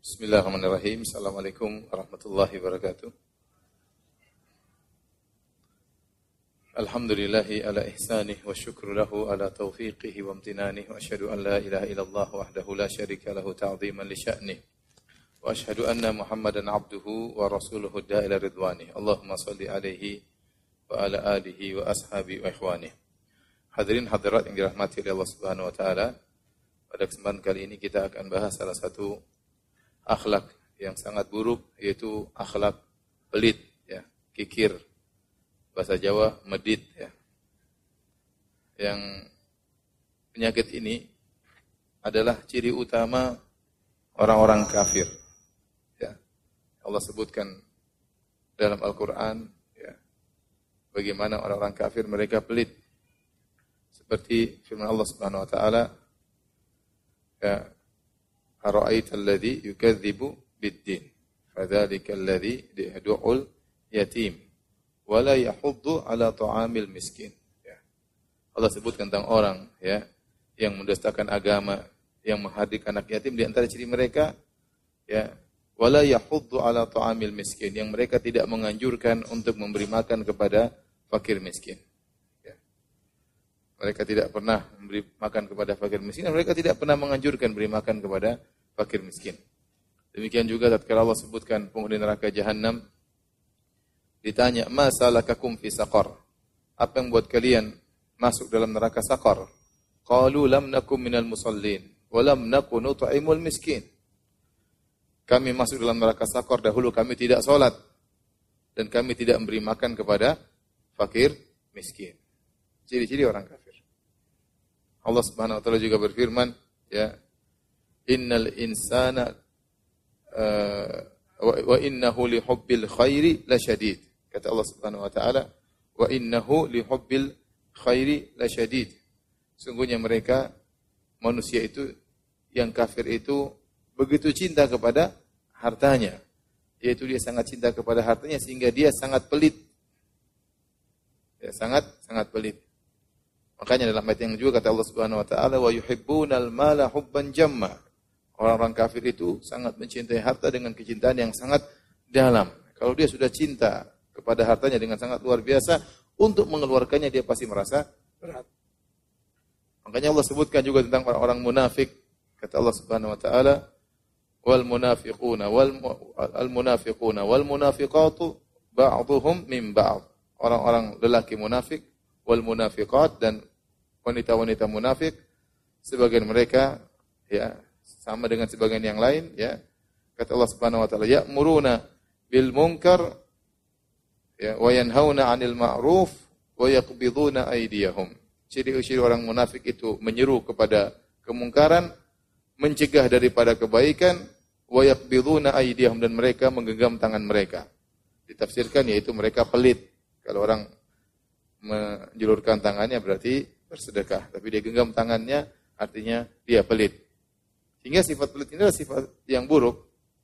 Bismillahirrahmanirrahim. Assalamualaikum warahmatullahi wabarakatuh. Alhamdulillahi ala ihsanih wa syukru lahu ala taufiqihi wa amtinanih wa asyhadu an la ilaha illallah wahdahu la syarika lahu ta'ziman li sya'nih wa asyhadu anna Muhammadan abduhu wa rasuluhu da'ila ridwanih. Allahumma salli alaihi wa ala alihi wa ashabi wa ikhwanih. Hadirin hadirat yang dirahmati oleh Allah Subhanahu wa taala. Pada kesempatan kali ini kita akan bahas salah satu akhlak yang sangat buruk, yaitu akhlak pelit, ya, kikir, bahasa Jawa medit, ya. Yang penyakit ini adalah ciri utama orang-orang kafir, ya. Allah sebutkan dalam Al-Quran, ya, bagaimana orang-orang kafir mereka pelit, seperti firman Allah Subhanahu Wa Taala, ya. Ara'aita alladhi yukadzibu bid-din fadzalika alladhi yad'ul yatim wa la yahuddu 'ala ta'amil miskin, ya. Allah sebut tentang orang, ya, yang mendustakan agama, yang menghadik anak yatim. Di antara ciri mereka, ya, wa la yahuddu 'ala ta'amil miskin, yang mereka tidak menganjurkan untuk memberi makan kepada fakir miskin, ya. Mereka tidak pernah memberi makan kepada fakir miskin, dan mereka tidak pernah menganjurkan beri makan kepada fakir miskin. Demikian juga tatkala Allah sebutkan penghuni neraka Jahannam, ditanya, "Ma salakakum fi saqar?" Apa yang buat kalian masuk dalam neraka Saqar? Qalu lam nakum minal musallin wa lam nakun nut'imul miskin. Kami masuk dalam neraka Saqar, dahulu kami tidak salat dan kami tidak memberi makan kepada fakir miskin. Ciri-ciri orang kafir. Allah Subhanahu wa taala juga berfirman, ya, innal insana wa innahu li hubbil khairi lasyadid. Kata Allah Subhanahu wa taala, wa innahu li hubbil khairi lasyadid. Sungguhnya mereka manusia itu yang kafir itu begitu cinta kepada hartanya, yaitu dia sangat cinta kepada hartanya sehingga dia sangat pelit. Ya, sangat pelit. Makanya dalam ayat yang juga kata Allah Subhanahu wa taala, wa yuhibbunal mala hubban jamma. Orang-orang kafir itu sangat mencintai harta dengan kecintaan yang sangat dalam. Kalau dia sudah cinta kepada hartanya dengan sangat luar biasa, untuk mengeluarkannya dia pasti merasa berat. Makanya Allah sebutkan juga tentang orang-orang munafik. Kata Allah Subhanahu wa taala, wal munafiquna wal munafiqatu ba'dhuhum min ba'd. Orang-orang lelaki munafik, wal munafiqat, dan wanita-wanita munafik, sebagian mereka, ya, sama dengan sebagian yang lain, ya. Kata Allah Subhanahu wa taala, ya'muruna bil munkar, ya, wa yanhauna 'anil ma'ruf wa yaqbiduna aydiyahum. Ciri-ciri orang munafik itu menyeru kepada kemungkaran, mencegah daripada kebaikan, wa yaqbiduna aydiyahum, dan mereka menggenggam tangan mereka. Ditafsirkan yaitu mereka pelit. Kalau orang menjulurkan tangannya berarti bersedekah, tapi dia genggam tangannya artinya dia pelit. Hingga sifat pelit ini adalah sifat yang buruk,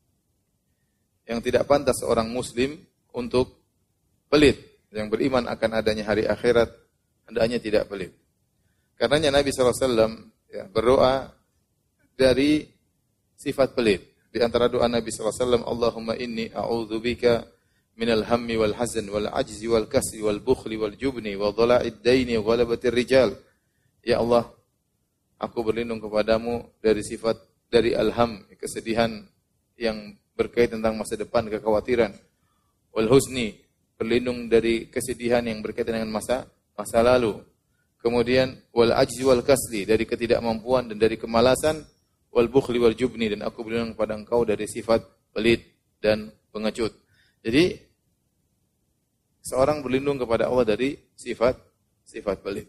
yang tidak pantas seorang muslim untuk pelit. Yang beriman akan adanya hari akhirat, hendaknya tidak pelit. Karenanya Nabi SAW, ya, berdoa dari sifat pelit. Di antara doa Nabi SAW, Allahumma inni a'udzubika minal hammi wal hazan wal ajzi wal kasri wal bukhli wal jubni wa dhala'id daini wa ghalabatir rijal. Ya Allah, aku berlindung kepadamu dari alham, kesedihan yang berkaitan tentang masa depan, kekhawatiran. Wal huzni, berlindung dari kesedihan yang berkaitan dengan masa lalu. Kemudian wal ajzi wal kasli, dari ketidakmampuan dan dari kemalasan. Wal bukhli wal jubni, dan aku berlindung kepada Engkau dari sifat pelit dan pengecut. Jadi seorang berlindung kepada Allah dari sifat pelit.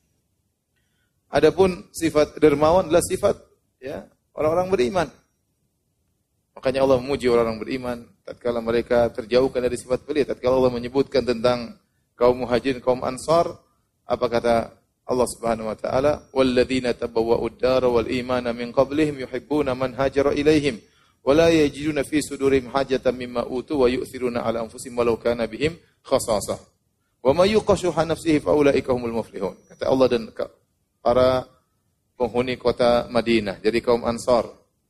Adapun sifat dermawan adalah sifat, ya, orang-orang beriman. Makanya Allah memuji orang-orang beriman tatkala mereka terjauhkan dari sifat pelit. Tatkala Allah menyebutkan tentang kaum Muhajirin, kaum Ansar, apa kata Allah Subhanahu wa taala, "Walladzina tabawwa'ud dara wal imana min qablihim yuhibbuna man hajara ilaihim wa la yajiduna fi sudurihim hajatan mimma utu wa yu'thiruna 'ala anfusihim walau kana bihim khasasah. Wa may yuqashuha nafsihi fa ulaika humul muflihun." Kata Allah dan para penghuni kota Madinah, jadi kaum Ansar,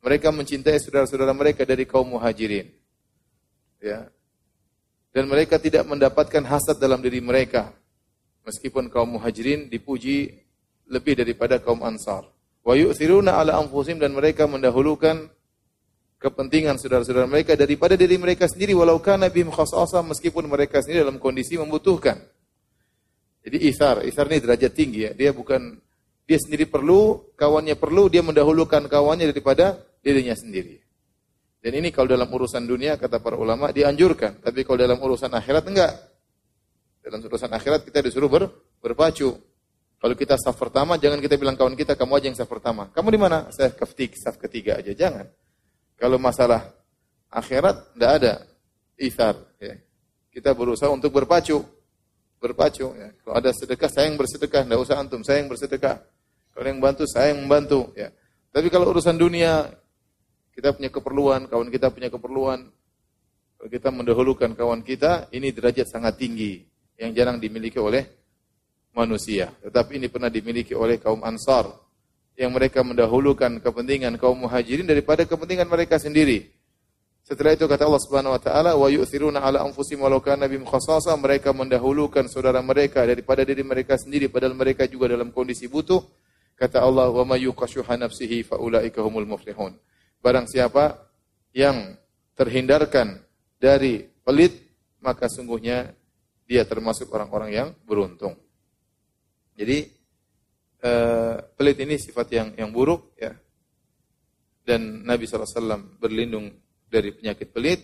Mereka mencintai saudara-saudara mereka dari kaum muhajirin. Ya. Dan mereka tidak mendapatkan hasad dalam diri mereka. Meskipun kaum muhajirin dipuji lebih daripada kaum ansar. Wa yu'thiruna ala anfusihim, dan mereka mendahulukan kepentingan saudara-saudara mereka daripada diri mereka sendiri, walau kana bihim khassasah, meskipun mereka sendiri dalam kondisi membutuhkan. Jadi ithar ini derajat tinggi ya. Dia sendiri perlu, kawannya perlu, dia mendahulukan kawannya daripada dirinya sendiri. Dan ini kalau dalam urusan dunia kata para ulama dianjurkan, tapi kalau dalam urusan akhirat enggak. Dalam urusan akhirat kita disuruh berpacu. Kalau kita saf pertama, jangan kita bilang kawan kita, kamu aja yang saf pertama. Kamu di mana? Saya saf ketiga aja, jangan. Kalau masalah akhirat enggak ada ithar ya. Kita berusaha untuk berpacu ya. Kalau ada sedekah, saya yang bersedekah, enggak usah antum, saya yang bersedekah. Kalau yang bantu, saya yang membantu ya. Tapi kalau urusan dunia, kita punya keperluan, kawan kita punya keperluan, kalau kita mendahulukan kawan kita, ini derajat sangat tinggi yang jarang dimiliki oleh manusia. Tetapi ini pernah dimiliki oleh kaum Ansar, yang mereka mendahulukan kepentingan kaum muhajirin daripada kepentingan mereka sendiri. Setelah itu kata Allah Subhanahu wa taala, wa yu'thiruna ala anfusihim walau kana bihim khassasah, mereka mendahulukan saudara mereka daripada diri mereka sendiri padahal mereka juga dalam kondisi butuh. Kata Allah, wa may yuqashuha nafsihi fa ulaika humul muflihun. Barang siapa yang terhindarkan dari pelit, maka sungguhnya dia termasuk orang-orang yang beruntung. Jadi pelit ini sifat yang buruk ya. Dan Nabi SAW berlindung dari penyakit pelit,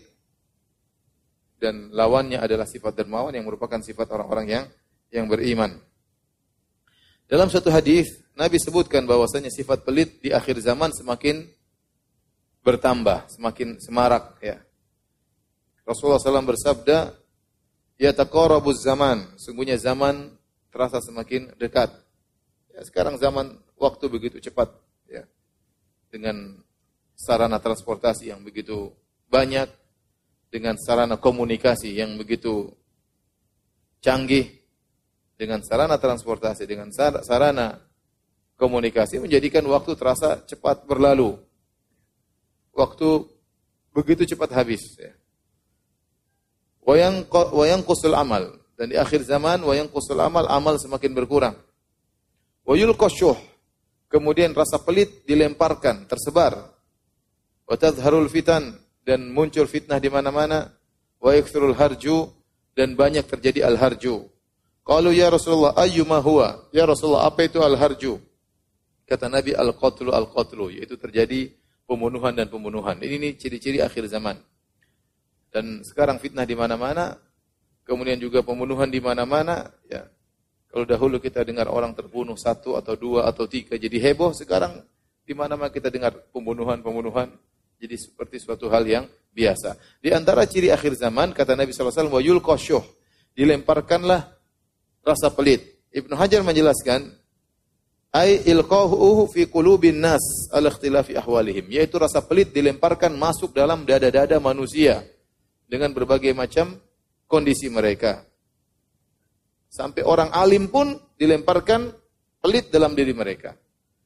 dan lawannya adalah sifat dermawan yang merupakan sifat orang-orang yang beriman. Dalam satu hadis Nabi sebutkan bahwasanya sifat pelit di akhir zaman semakin bertambah, semakin semarak ya. Rasulullah SAW bersabda, yataqarabuz zaman, sungguhnya zaman terasa semakin dekat. Ya, sekarang zaman waktu begitu cepat ya. Dengan sarana transportasi yang begitu banyak, dengan sarana komunikasi yang begitu canggih, dengan sarana transportasi, dengan sarana komunikasi menjadikan waktu terasa cepat berlalu. Waktu begitu cepat habis ya. Wa yanqusul amal, dan di akhir zaman wa yanqusul amal semakin berkurang. Wa yulqashuh, kemudian rasa pelit dilemparkan, tersebar. Wa tadhharul fitan, dan muncul fitnah di mana-mana. Wa yakthurul harju, dan banyak terjadi al-harju. Qalu ya Rasulullah ayyuma huwa? Ya Rasulullah, apa itu al-harju? Kata Nabi, al-qatlu, yaitu terjadi pembunuhan dan pembunuhan. Ini ciri-ciri akhir zaman. Dan sekarang fitnah di mana-mana, kemudian juga pembunuhan di mana-mana ya. Kalau dahulu kita dengar orang terbunuh 1 atau 2 atau 3 jadi heboh, sekarang di mana-mana kita dengar pembunuhan jadi seperti suatu hal yang biasa. Di antara ciri akhir zaman kata Nabi sallallahu alaihi wasallam, wa yulqashuh, dilemparkanlah rasa pelit. Ibnu Hajar menjelaskan, ai ilqahu fi qulubin nas ala ikhtilafi ahwalihim, yaitu rasa pelit dilemparkan masuk dalam dada-dada manusia dengan berbagai macam kondisi mereka. Sampai orang alim pun dilemparkan pelit dalam diri mereka.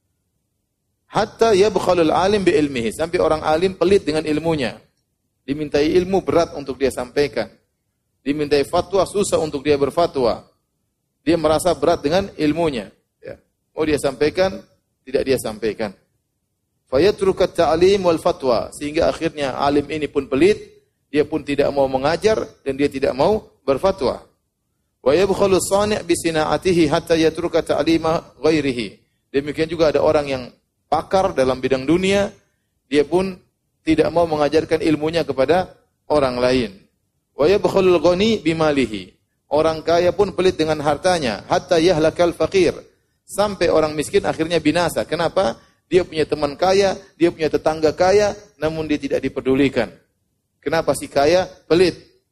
Hatta yabkhalul alim bi ilmihi, sampai orang alim pelit dengan ilmunya. Dimintai ilmu berat untuk dia sampaikan. Dimintai fatwa susah untuk dia berfatwa. Dia merasa berat dengan ilmunya. Ya. Mau dia sampaikan, tidak dia sampaikan. Fayatrukat ta'lim wal fatwa, sehingga akhirnya alim ini pun pelit, dia pun tidak mau mengajar dan dia tidak mau berfatwa. Wa yabkhalu sani' bi sina'atihi hatta yatruka ta'lima ghairihi. Demikian juga ada orang yang pakar dalam bidang dunia, dia pun tidak mau mengajarkan ilmunya kepada orang lain. Wa yabkhalul ghani bimalihi. Orang kaya pun pelit dengan hartanya, hatta yahlakal faqir. Sampai orang miskin akhirnya binasa. Kenapa? Dia punya teman kaya, dia punya tetangga kaya, namun dia tidak dipedulikan. Kenapa si kaya pelit?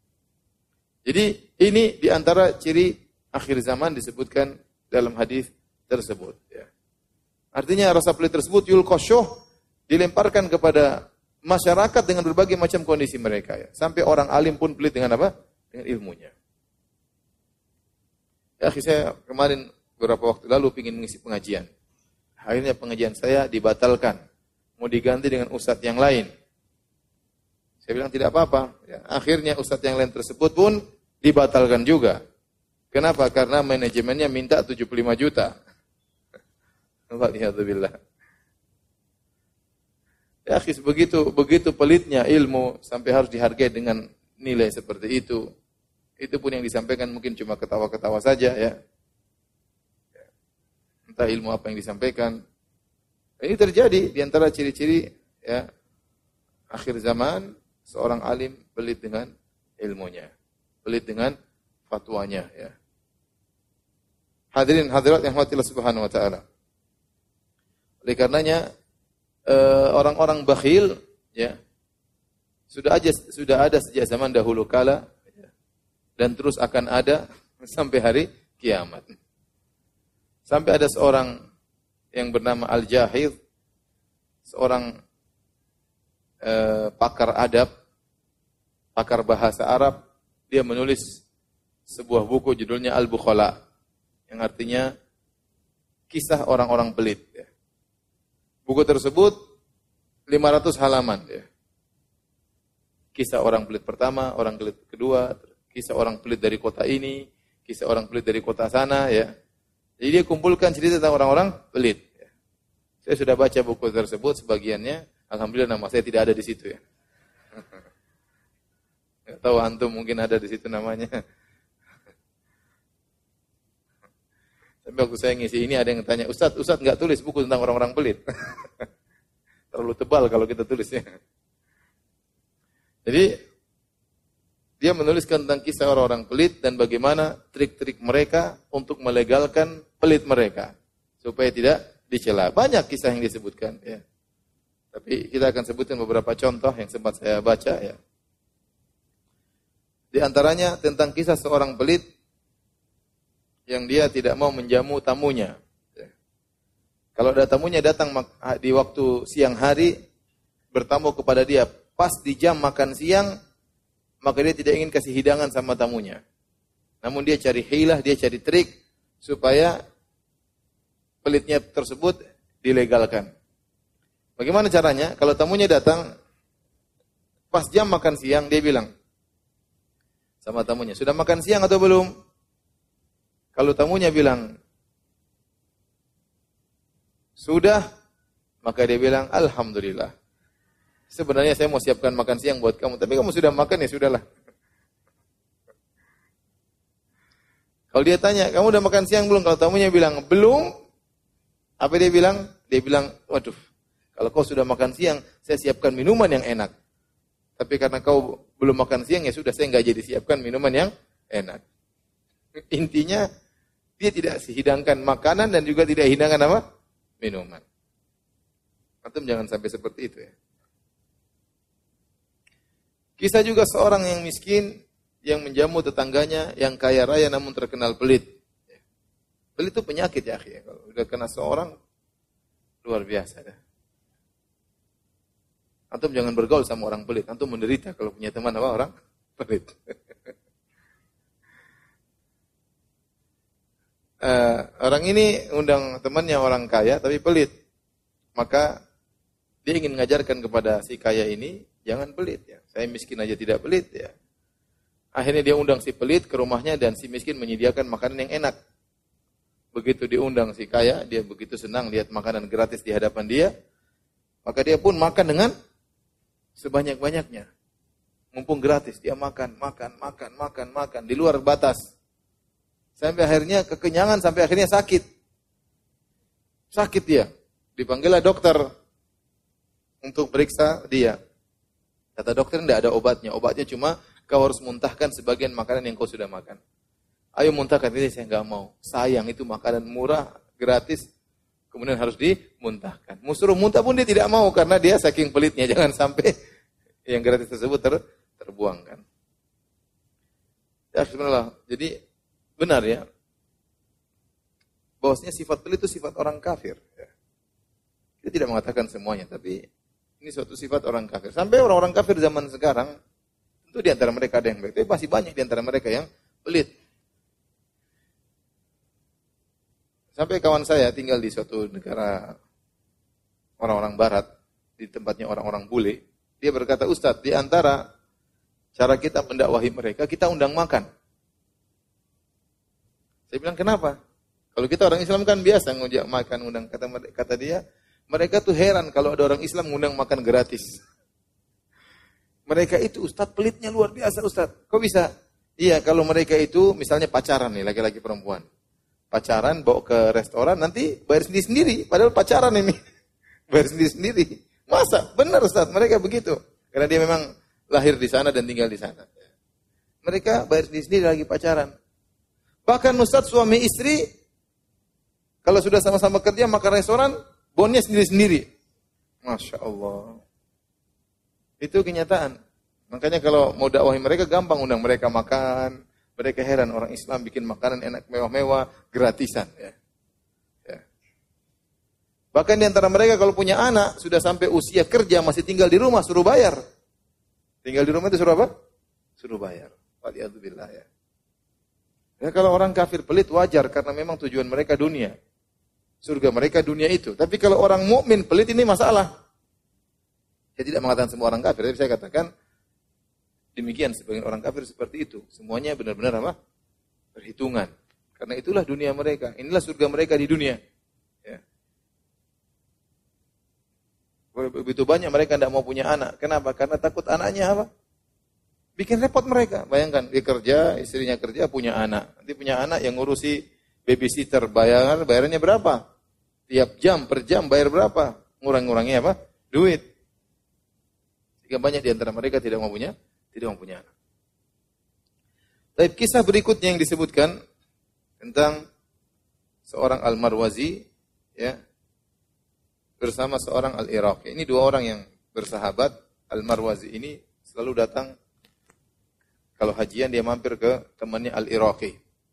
Jadi ini diantara ciri akhir zaman disebutkan dalam hadis tersebut. Ya. Artinya rasa pelit tersebut yulqashuh, dilemparkan kepada masyarakat dengan berbagai macam kondisi mereka. Ya. Sampai orang alim pun pelit dengan apa? Dengan ilmunya. Ya, saya kemarin beberapa waktu lalu ingin mengisi pengajian. Akhirnya pengajian saya dibatalkan mau diganti dengan ustadz yang lain. Saya bilang tidak apa-apa. Ya, akhirnya ustadz yang lain tersebut pun dibatalkan juga. Kenapa? Karena manajemennya minta 75 juta. Waliyadzubillah. Ya, begitu pelitnya ilmu sampai harus dihargai dengan nilai seperti itu. Itu pun yang disampaikan mungkin cuma ketawa-ketawa saja ya. Entah ilmu apa yang disampaikan. Ini terjadi di antara ciri-ciri ya akhir zaman, seorang alim pelit dengan ilmunya, pelit dengan fatwanya ya. Hadirin hadirat yang dirahmati Allah Subhanahu wa taala. Oleh karenanya orang-orang bakhil ya sudah ada sejak zaman dahulu kala ya, dan terus akan ada sampai hari kiamat. Sampai ada seorang yang bernama Al-Jahid, seorang pakar adab, pakar bahasa Arab, dia menulis sebuah buku judulnya Al-Bukhala, yang artinya kisah orang-orang pelit. Ya. Buku tersebut 500 halaman. Ya. Kisah orang pelit pertama, orang pelit kedua, kisah orang pelit dari kota ini, kisah orang pelit dari kota sana. Ya. Jadi dia kumpulkan cerita tentang orang-orang pelit. Ya. Saya sudah baca buku tersebut sebagiannya. Alhamdulillah nama saya tidak ada di situ ya. Nggak tahu antum mungkin ada di situ namanya. Tapi waktu saya ngisi ini ada yang tanya, Ustadz nggak tulis buku tentang orang-orang pelit. Terlalu tebal kalau kita tulisnya. Jadi dia menuliskan tentang kisah orang-orang pelit dan bagaimana trik-trik mereka untuk melegalkan pelit mereka supaya tidak dicela. Banyak kisah yang disebutkan ya. Tapi kita akan sebutkan beberapa contoh yang sempat saya baca ya. Di antaranya tentang kisah seorang pelit yang dia tidak mau menjamu tamunya. Ya. Kalau ada tamunya datang di waktu siang hari bertamu kepada dia pas di jam makan siang, maka dia tidak ingin kasih hidangan sama tamunya. Namun dia cari hilah, dia cari trik supaya pelitnya tersebut dilegalkan. Bagaimana caranya? Kalau tamunya datang pas jam makan siang, dia bilang sama tamunya, sudah makan siang atau belum? Kalau tamunya bilang sudah, maka dia bilang alhamdulillah. Sebenarnya saya mau siapkan makan siang buat kamu, tapi kamu sudah makan ya sudahlah. Kalau dia tanya, kamu udah makan siang belum? Kalau tamunya bilang belum, apa dia bilang? Dia bilang, waduh, kalau kau sudah makan siang, saya siapkan minuman yang enak. Tapi karena kau belum makan siang, ya sudah, saya nggak jadi siapkan minuman yang enak. Intinya, dia tidak hidangkan makanan dan juga tidak hidangkan apa? Minuman. Antum jangan sampai seperti itu ya. Kisah juga seorang yang miskin, yang menjamu tetangganya, yang kaya raya namun terkenal pelit. Pelit itu penyakit ya, akhirnya. Kalau udah kena seorang, luar biasa dah. Antum jangan bergaul sama orang pelit. Antum menderita kalau punya teman apa orang pelit. Orang ini undang temannya orang kaya tapi pelit. Maka dia ingin mengajarkan kepada si kaya ini, jangan pelit ya. Saya miskin aja tidak pelit ya. Akhirnya dia undang si pelit ke rumahnya dan si miskin menyediakan makanan yang enak. Begitu diundang si kaya, dia begitu senang lihat makanan gratis di hadapan dia. Maka dia pun makan dengan sebanyak-banyaknya. Mumpung gratis, dia makan di luar batas. Sampai akhirnya kekenyangan, sampai akhirnya sakit. Sakit dia. Dipanggillah dokter untuk periksa dia. Kata dokter, tidak ada obatnya. Obatnya cuma kau harus muntahkan sebagian makanan yang kau sudah makan. Ayo muntahkan. Ini saya nggak mau. Sayang, itu makanan murah, gratis. Kemudian harus dimuntahkan. Suruh muntah pun dia tidak mau karena dia saking pelitnya. Jangan sampai yang gratis tersebut terbuangkan. Ya, bismillah. Jadi benar ya. Bahwasanya sifat pelit itu sifat orang kafir. Ya. Kita tidak mengatakan semuanya, tapi ini suatu sifat orang kafir. Sampai orang-orang kafir zaman sekarang, tentu di antara mereka ada yang baik, tapi masih banyak di antara mereka yang pelit. Sampai kawan saya tinggal di suatu negara orang-orang barat, di tempatnya orang-orang bule. Dia berkata, Ustadz, di antara cara kita mendakwahi mereka, kita undang makan. Saya bilang, kenapa? Kalau kita orang Islam kan biasa ngajak makan, undang. Kata dia, mereka tuh heran kalau ada orang Islam ngundang makan gratis. Mereka itu Ustadz pelitnya luar biasa Ustadz. Kok bisa? Iya, kalau mereka itu misalnya pacaran nih, laki-laki perempuan. Pacaran, bawa ke restoran, nanti bayar sendiri-sendiri. Padahal pacaran ini. Bayar sendiri-sendiri. Masa? Benar Ustadz, mereka begitu. Karena dia memang lahir di sana dan tinggal di sana. Mereka bayar sendiri-sendiri lagi pacaran. Bahkan Ustadz suami istri, kalau sudah sama-sama kerja makan restoran, bonnya sendiri-sendiri. Masya Allah. Itu kenyataan. Makanya kalau mau dakwahi mereka gampang, undang mereka makan. Mereka heran orang Islam bikin makanan enak mewah-mewah gratisan. Ya. Ya. Bahkan di antara mereka kalau punya anak sudah sampai usia kerja masih tinggal di rumah suruh bayar. Tinggal di rumah itu suruh apa? Suruh bayar. Waliyadzubillah ya. Ya kalau orang kafir pelit wajar karena memang tujuan mereka dunia. Surga mereka dunia itu. Tapi kalau orang mukmin pelit ini masalah. Saya tidak mengatakan semua orang kafir, tapi saya katakan demikian sebagian orang kafir seperti itu. Semuanya benar-benar apa? Perhitungan. Karena itulah dunia mereka. Inilah surga mereka di dunia. Ya. Begitu banyak mereka tidak mau punya anak. Kenapa? Karena takut anaknya apa? Bikin repot mereka. Bayangkan, dia kerja, istrinya kerja, punya anak. Nanti punya anak yang ngurusi babysitter. Bayarannya berapa? Tiap jam, per jam bayar berapa? Ngurang-ngurangnya apa? Duit. Sehingga banyak di antara mereka tidak mau punya anak. Tapi kisah berikutnya yang disebutkan tentang seorang Al-Marwazi ya, bersama seorang Al-Iraqi. Ini dua orang yang bersahabat. Al-Marwazi ini selalu datang kalau hajian dia mampir ke temannya Al-Iraqi.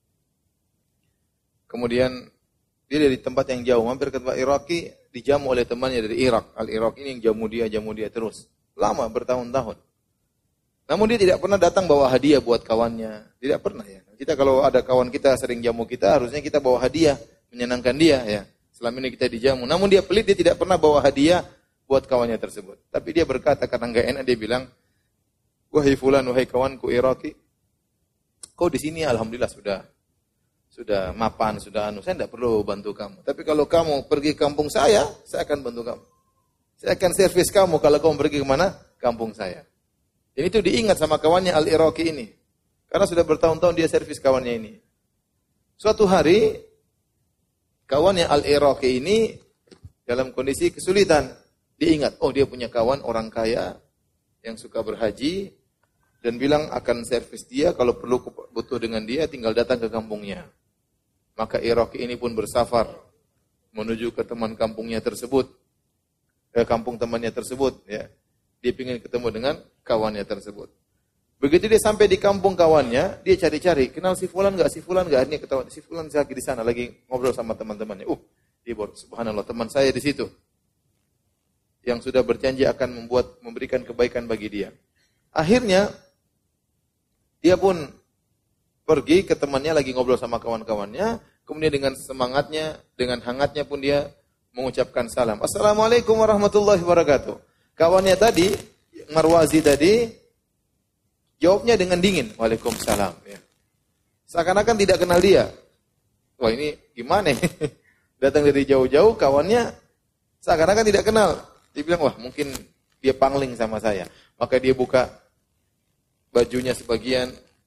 Kemudian dia dari tempat yang jauh mampir ke tempat Iraqi, dijamu oleh temannya dari Irak. Al-Iraqi ini yang jamu dia terus. Lama bertahun-tahun. Namun dia tidak pernah datang bawa hadiah buat kawannya. Tidak pernah ya. Kita kalau ada kawan kita sering jamu kita, harusnya kita bawa hadiah menyenangkan dia ya. Selama ini kita dijamu. Namun dia pelit, dia tidak pernah bawa hadiah buat kawannya tersebut. Tapi dia berkata karena enggak enak, dia bilang, wahai fulan, wahai kawanku Iraqi, kau di sini alhamdulillah sudah mapan, sudah saya tidak perlu bantu kamu. Tapi kalau kamu pergi ke kampung saya akan bantu kamu. Saya akan servis kamu kalau kamu pergi ke mana? Kampung saya. Dan itu diingat sama kawannya Al-Iraqi ini. Karena sudah bertahun-tahun dia servis kawannya ini. Suatu hari, kawannya Al-Iraqi ini dalam kondisi kesulitan. Dia ingat, oh dia punya kawan orang kaya yang suka berhaji, dan bilang akan servis dia, kalau perlu butuh dengan dia, tinggal datang ke kampungnya. Maka Iraqi ini pun bersafar menuju ke teman kampungnya tersebut, kampung temannya tersebut. Ya. Dia ingin ketemu dengan kawannya tersebut. Begitu dia sampai di kampung kawannya, dia cari-cari, kenal si fulan enggak? Si fulan enggak? Ini ketahuan si fulan lagi di sana, lagi ngobrol sama teman-temannya. Dia baru, subhanallah, teman saya di situ. Yang sudah berjanji akan memberikan kebaikan bagi dia. Akhirnya dia pun pergi ke temannya lagi ngobrol sama kawan-kawannya, kemudian dengan semangatnya, dengan hangatnya pun dia mengucapkan salam. Assalamualaikum warahmatullahi wabarakatuh. Kawannya tadi, Marwazi tadi, jawabnya dengan dingin. Waalaikumsalam. Ya. Seakan-akan tidak kenal dia. Wah ini gimana? Datang dari jauh-jauh, kawannya seakan-akan tidak kenal. Dia bilang, wah mungkin dia pangling sama saya. Maka dia buka bajunya sebagian.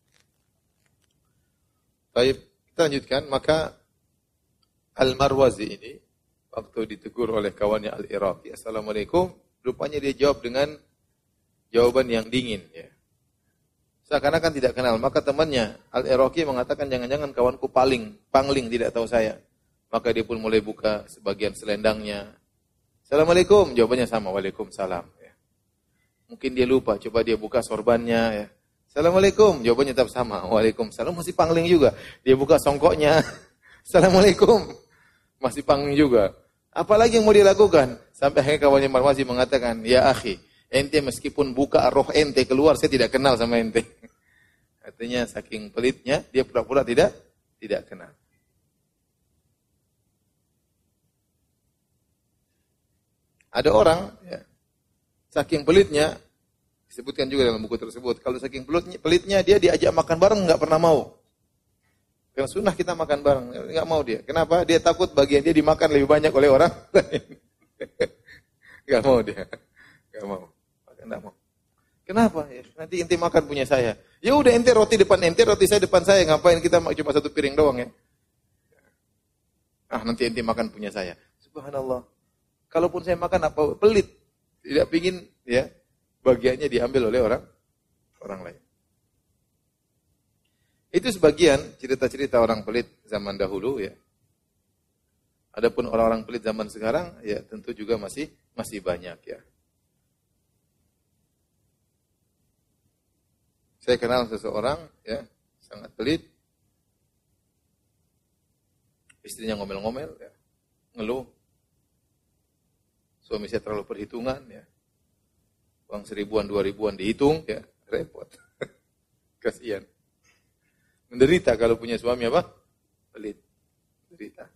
Baik, kita lanjutkan. Maka Al-Marwazi ini, waktu ditegur oleh kawannya Al-Iraqi, Assalamualaikum, rupanya dia jawab dengan jawaban yang dingin. Ya. Seakan-akan tidak kenal. Maka temannya Al-Iraqi mengatakan, jangan-jangan kawanku pangling, tidak tahu saya. Maka dia pun mulai buka sebagian selendangnya. Assalamualaikum, jawabannya sama, waalaikumsalam. Ya. Mungkin dia lupa, coba dia buka sorbannya. Ya. Assalamualaikum, jawabannya tetap sama, waalaikumsalam, masih pangling juga. Dia buka songkoknya, Assalamualaikum, masih pangling juga. Apalagi yang mau dilakukan? Sampai akhirnya kawannya Marwazi mengatakan, ya akhi, ente meskipun buka roh ente keluar, saya tidak kenal sama ente. Artinya saking pelitnya, dia pura-pura tidak kenal. Ada orang, ya, Saking pelitnya, disebutkan juga dalam buku tersebut, kalau saking pelitnya dia diajak makan bareng nggak pernah mau. Karena sunnah kita makan bareng, nggak mau dia. Kenapa? Dia takut bagian dia dimakan lebih banyak oleh orang lain. Nggak mau dia, nggak mau. Nggak mau. Kenapa? Ya, nanti ente makan punya saya. Ya udah ente roti depan ente, roti saya depan saya. Ngapain kita cuma satu piring doang ya? Ah nanti ente makan punya saya. Subhanallah. Kalaupun saya makan apa pelit, tidak pingin ya bagiannya diambil oleh orang lain. Itu sebagian cerita-cerita orang pelit zaman dahulu ya. Adapun orang-orang pelit zaman sekarang ya tentu juga masih banyak ya. Saya kenal seseorang ya sangat pelit. Istrinya ngomel-ngomel ya, ngeluh. Suami saya terlalu perhitungan ya. Uang 1.000-an, 2.000-an dihitung ya, repot. Kasihan. Menderita kalau punya suami apa? Pelit. Menderita.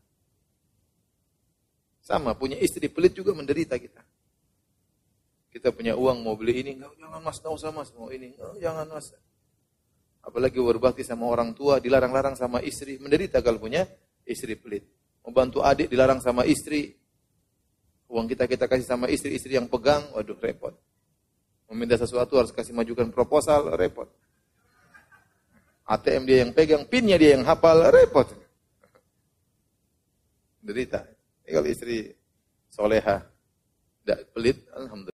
Sama, punya istri pelit juga menderita kita. Kita punya uang mau beli ini, enggak, jangan mas, enggak usah mas, mau ini, enggak, jangan mas. Apalagi berbakti sama orang tua, dilarang-larang sama istri, menderita kalau punya istri pelit. Mau bantu adik, dilarang sama istri. Uang kita kasih sama istri yang pegang, waduh repot. Meminta sesuatu harus kasih majukan proposal, repot. ATM dia yang pegang, pinnya dia yang hafal, repot. Derita. Kalau istri soleha, tidak pelit, alhamdulillah.